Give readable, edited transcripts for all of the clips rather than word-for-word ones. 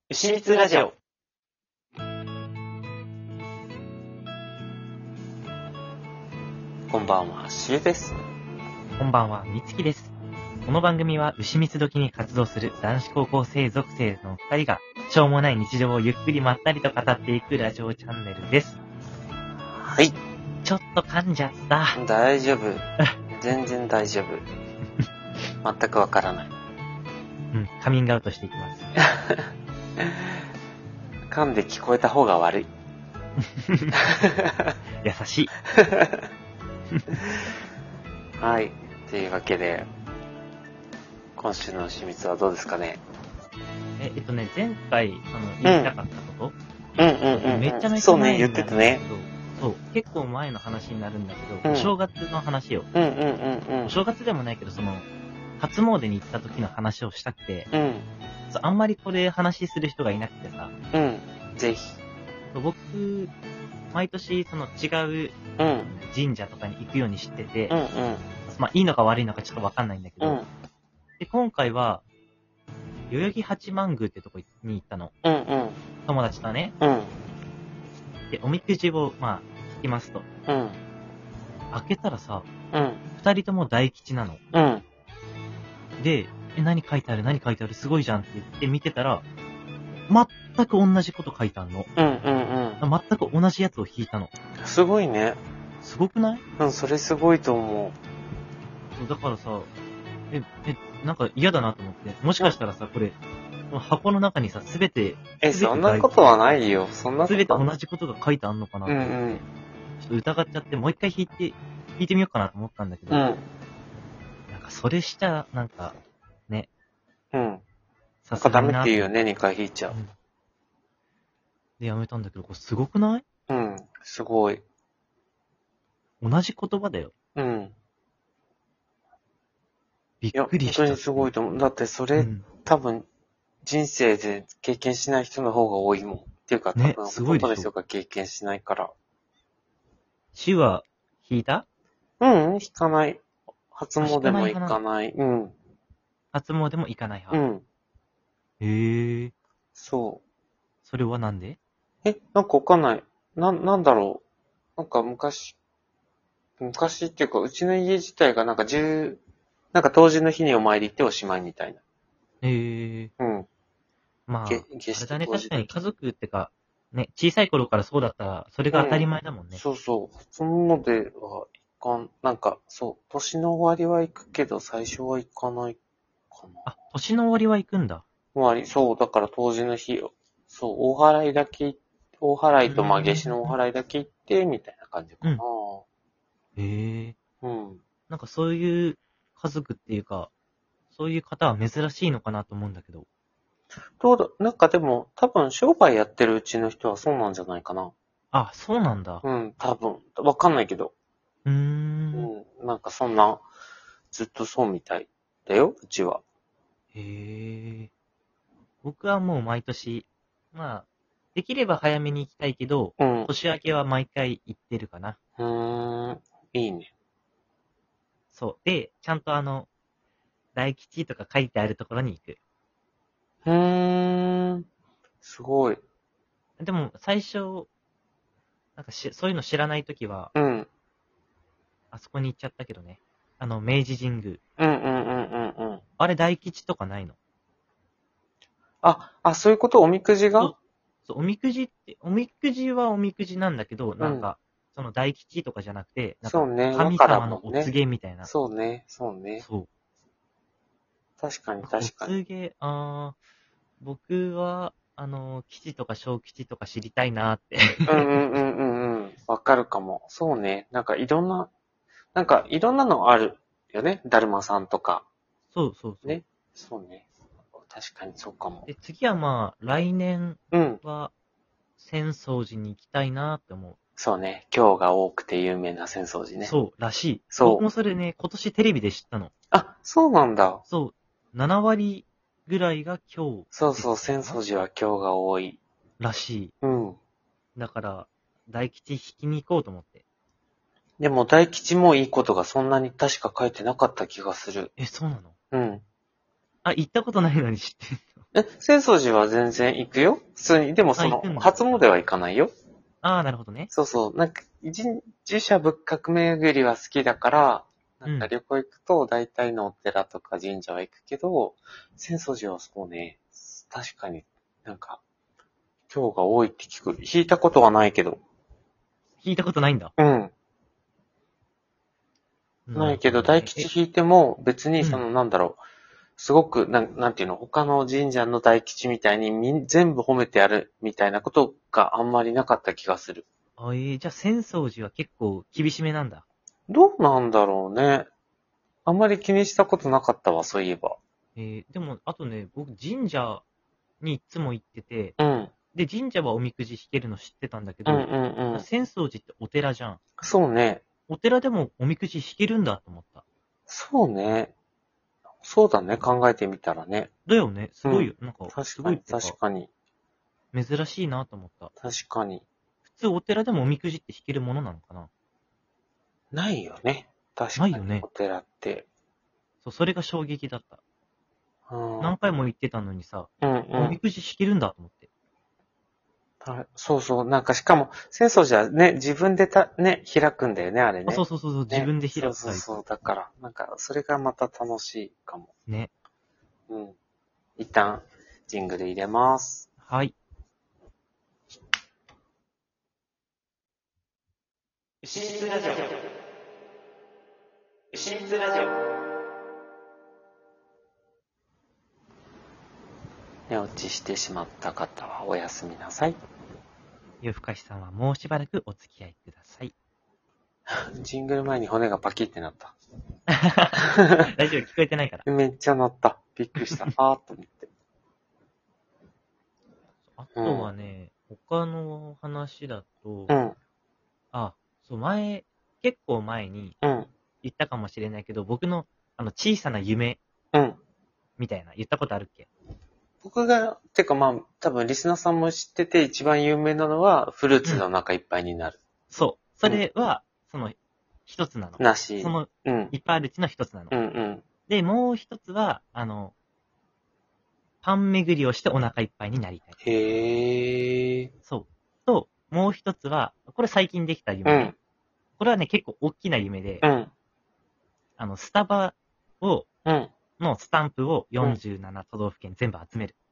牛蜜ラジオ。こんばんは、しゅうです。 こんばんは、みつきです。この番組は牛蜜時に活動する男子高校生属性の二人が、しょうもない日常をゆっくりまったりと語っていくラジオチャンネルです。 はい。 ちょっと噛んじゃった。 大丈夫。全然大丈夫。全くわからない。 カミングアウトしていきます。 噛んで聞こえた方が悪い。 優しい。 はい。というわけで、今週の牛蜜はどうですかね。 前回、言いたかったこと、めっちゃめちゃ前になるんだけど、 そうね、言ってたね。 そう、結構前の話になるんだけど、 うんお正月の話を。お正月でもないけど、初詣に行った時の話をしたくて、あんまりこれ話する人がいなくてさ。 ぜひ。 僕、毎年違う神社とかに行くようにしてて、まあいいのか悪いのかちょっとわかんないんだけど、で、今回は、代々木八幡宮ってとこに行ったの。友達とね。で、おみくじを、まあ、引きますと。開けたらさ、二人とも大吉なの。で、何書いてあるすごいじゃんって言って見てたら、全く同じこと書いてあるの。全く同じやつを引いたの。 すごいね。 すごくない？ それすごいと思う。だからさ、なんか嫌だなと思って。もしかしたらさ、これ、箱の中にさ、すべてそんなことはないよ。そんなことすべて同じことが書いてあんのかなって。ちょっと疑っちゃって、もう一回引いてみようかなと思ったんだけど。なんかそれしちゃ、なんか、ね。 さすがにダメって言うよね、2回引いちゃう。 で、やめたんだけど、これすごくない？ すごい。 同じ言葉だよ。びっくりした。 本当にすごいと思う。だってそれ、多分、人生で経験しない人の方が多いもん。っていうか、多分、ほとんどの人が経験しないから。 死は引いた？ 引かない。初詣も行かない。 初詣も行かない派。へえ。 そう。 それはなんで？ なんかわかんない。なんだろう。なんか昔っていうか、うちの家自体がなんか冬至の日にお参り行っておしまいみたいな。 まあ、あれだね、確かに家族ってか、ね、小さい頃からそうだったら、それが当たり前だもんね。 そうそう。初詣はなんか、そう、年の終わりは行くけど、最初は行かないかな。 あ、年の終わりは行くんだ。 そう、だから冬至の日、そう、大払いと夏至の大払いだけ行って、みたいな感じかな。 へえ。なんかそういう家族っていうか、そういう方は珍しいのかなと思うんだけど。 なんかでも、多分商売やってるうちの人はそうなんじゃないかな。 あ、そうなんだ。 多分。わかんないけど。なんかそんな、ずっとそうみたいだよ、うちは。 へえ。僕はもう毎年、まあ、できれば早めに行きたいけど、年明けは毎回行ってるかな。 いいね。 そう。で、ちゃんと大吉とか書いてあるところに行く。 すごい。 でも、最初、なんかそういうの知らないときは、あそこに行っちゃったけどね。明治神宮。あれ大吉とかないの？ そういうこと？おみくじが？ そう、おみくじはおみくじなんだけど、なんか、その大吉とかじゃなくて、なんか、神様のお告げみたいな。 そうね。 そう。 確かに。 お告げ、僕は、吉とか小吉とか知りたいなって。 わかるかも。そうね。なんかいろんなのあるよね。だるまさんとか。 そう。 ね。そうね。確かにそうかも。 で、次はまあ、来年は、浅草寺に行きたいなって思う。 そうね。今日が多くて有名な浅草寺ね。 そう、らしい。 そう。 僕もそれね、今年テレビで知ったの。 そうなんだ。 そう、7割ぐらいが今日。 そう、浅草寺は今日が多い。 らしい。だから、大吉引きに行こうと思って。 でも大吉もいいことがそんなに確か書いてなかった気がする。 そうなの？ 行ったことないのに知ってんの？ 浅草寺は全然行くよ。普通に。でも行くんだ初詣は行かないよ。 ああ、なるほどね。 そうそう。なんか、寺社仏閣巡りは好きだから、なんか旅行行くと大体のお寺とか神社は行くけど、浅草寺はそうね、確かになんか、今日が多いって聞く。弾いたことはないけど。 聞いたことないんだ。 うん。ないけど、大吉弾いても別になんだろう。すごく、なんていうの、他の神社の大吉みたいに全部褒めてやるみたいなことがあんまりなかった気がする。 じゃあ浅草寺は結構厳しめなんだ。 どうなんだろうね。あんまり気にしたことなかったわ、そういえば。 でも、あとね、僕神社にいつも行ってて、 うん。 で、神社はおみくじ引けるの知ってたんだけど、 うんうんうん。 浅草寺ってお寺じゃん。 そうね。 お寺でもおみくじ引けるんだと思った。 そうね。そうだね、考えてみたらね。 だよね。すごいよ。なんか、す確かに、 ごいってか、 確かに。 珍しいなと思った。 確かに。 普通お寺でもおみくじって引けるものなのかな？ ないよね。確かに。 ないよねお寺って。 そう、それが衝撃だった。 うん。 何回も言ってたのにさ、 うんおみくじ引けるんだと思って。 そうそう。なんかしかも、浅草寺はね、自分で開くんだよね、あれね。 そうそうそう、自分で開くタイプ。 そうそう。だから、なんか、それがまた楽しいかも。 ね。 うん。一旦、ジングル入れます。 はい。 牛蜜ラジオ。牛蜜ラジオ。寝落ちしてしまった方はおやすみなさい。 夜更かしさんはもうしばらくお付き合いください。 ジングル前に骨がパキってなった。 大丈夫、聞こえてないから。 めっちゃ鳴った。びっくりした。あーっと思って。 あとはね、他の話だと、 うん。 そう、結構前にうん。 言ったかもしれないけど、僕の小さな夢うん。 みたいな言ったことあるっけ？ 僕が、てかまあ、多分リスナーさんも知ってて一番有名なのは、フルーツの中いっぱいになる。 そう。それは、一つなの。 梨。うん。 いっぱいあるうちの一つなの。 うんうん。 で、もう一つは、パン巡りをしてお腹いっぱいになりたい。 へー。 そう。と、もう一つは、これ最近できた夢で、 うん。 これはね、結構大きな夢で、 うん。 スタバうん。 のスタンプを47都道府県全部集める。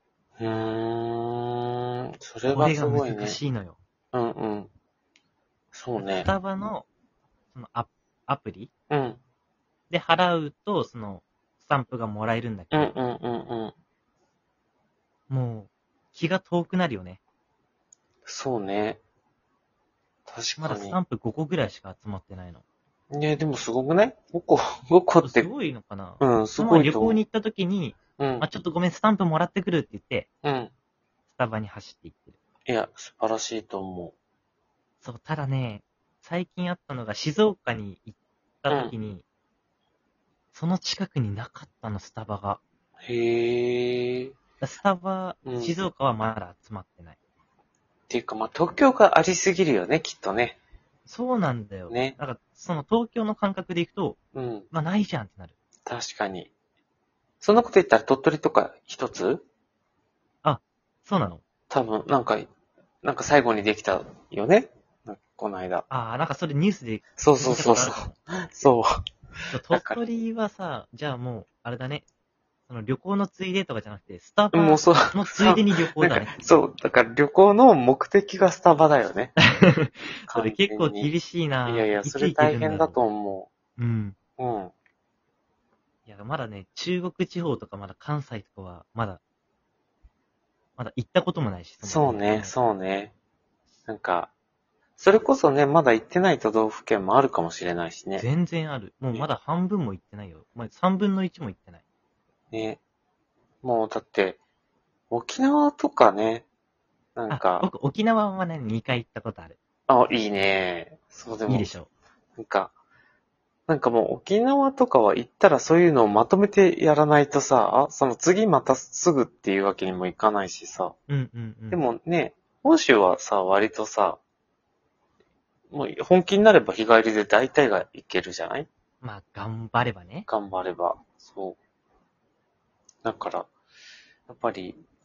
それこれがはすごいね。 難しいのよ。 うんうん。そうねス。タバの、アプリうん。 で払うと、スタンプがもらえるんだけど、 うんうんうんうん。 もう、気が遠くなるよね。 そうね。確まだかに。 スタンプ5個ぐらいしか集まってないの。 ね、でもすごくない ?5 個、5個って。 すごいのかな？ うん、すそのごいと思う。 旅行に行った時に、 うん。 ちょっとごめん、スタンプもらってくるって言って、 うん。 スタバに走って行ってる。 いや、素晴らしいと思そう、ただね、最近あったのが静岡に行った時に、その近くになかったの、スタバが。 う。へー。 スタバ、 うん静岡はまだ集まってない。 っていうか、まあ、東京がありすぎるよね、きっとね。 そうなんだよ。 ね。 なんか、東京の感覚で行くと、 うん。 ないじゃんってなる。 確かに。そんなこと言ったら鳥取とか一つそうなの？ 多分、なんか最後にできたよねこの間。 なんかそれニュースでそうそうそうそう。そう。 鳥取はさ、じゃあもう、あれだね。旅行のついでとかじゃなくて、スタバもうそう。 のついでに旅行だね。 そう。だから旅行の目的がスタバだよね。 それ結構厳しいな。 いやいや、それ大変だと思う。うん。 う。うん。 いや、まだね、中国地方とかまだ関西とかは、まだ行ったこともないし。 そうね、そうね。なんか、それこそね、まだ行ってない都道府県もあるかもしれないしね。 全然ある。もうまだ半分も行ってないよ。3分の1も行ってない。 ね。もうだって、沖縄とかね、なんか。 僕、沖縄はね、2回行ったことある。 いいね。そうでも。 いいでしょ。 なんかもう沖縄とかは行ったらそういうのをまとめてやらないとさ、その次またすぐっていうわけにもいかないしさ。 うんうんうん。 でもね、本州はさ、割とさ、もう本気になれば日帰りで大体が行けるじゃない？ 頑張ればね。 頑張れば。そう。だから、やっぱり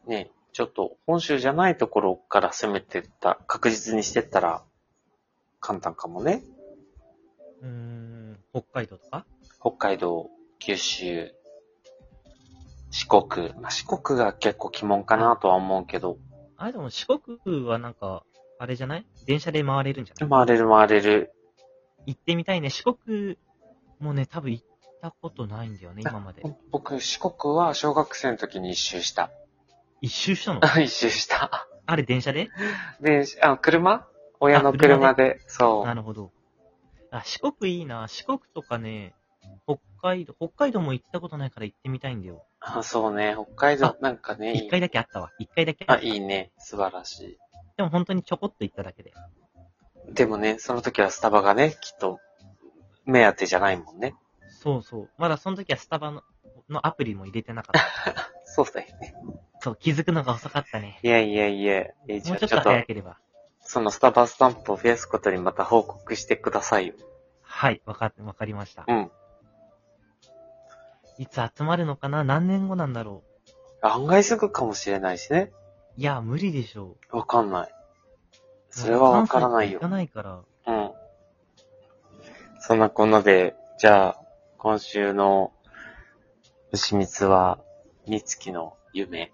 ね、ちょっと本州じゃないところから攻めてった、確実にしてったら簡単かもね。 北海道とか北海道、九州、四国。まあ、四国が結構鬼門かなとは思うけど。 でも四国はなんか、あれじゃない電車で回れるんじゃない？ 回れる回れる。 行ってみたいね。四国もね、多分行ったことないんだよね、今まで。 僕、四国は小学生の時に一周した。 一周したの？ 一周した。 あれ電車で？ 車親の車で。そう。 なるほど。四国いいな。四国とかね、北海道も行ったことないから行ってみたいんだよ。 そうね。北海道、なんかね。 一回だけあったわ。一回だけあった。 いいね。素晴らしい。 でも本当にちょこっと行っただけで。 でもね、その時はスタバがね、きっと、目当てじゃないもんね。 そうそう。まだその時はスタバのアプリも入れてなかった。 そうだよね。 そう、気づくのが遅かったね。 いや。 もうちょっと早ければ。 そのスタバスタンプを増やすことにまた報告してくださいよ。 はい、わかりました。 うん。 いつ集まるのかな？何年後なんだろう。案外すぐかもしれないしね。 いや、無理でしょう。わかんない。それはわからないよ。 行かないから。 うん。そんなこんなで、じゃあ、今週の牛蜜は、みつきの夢。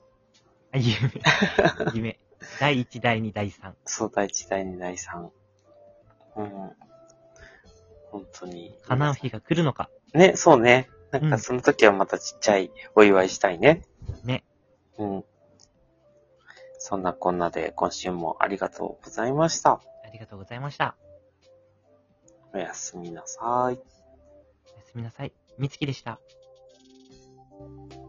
夢。第1、第2、第3。 そう、第1、第2、第3。うん。本当に。 叶う日が来るのか。 ね、そうね。なんかその時はまたちっちゃいお祝いしたいね。 ね。 うん。そんなこんなで今週もありがとうございました。 ありがとうございました。 おやすみなさい。 おやすみなさい。みつきでした。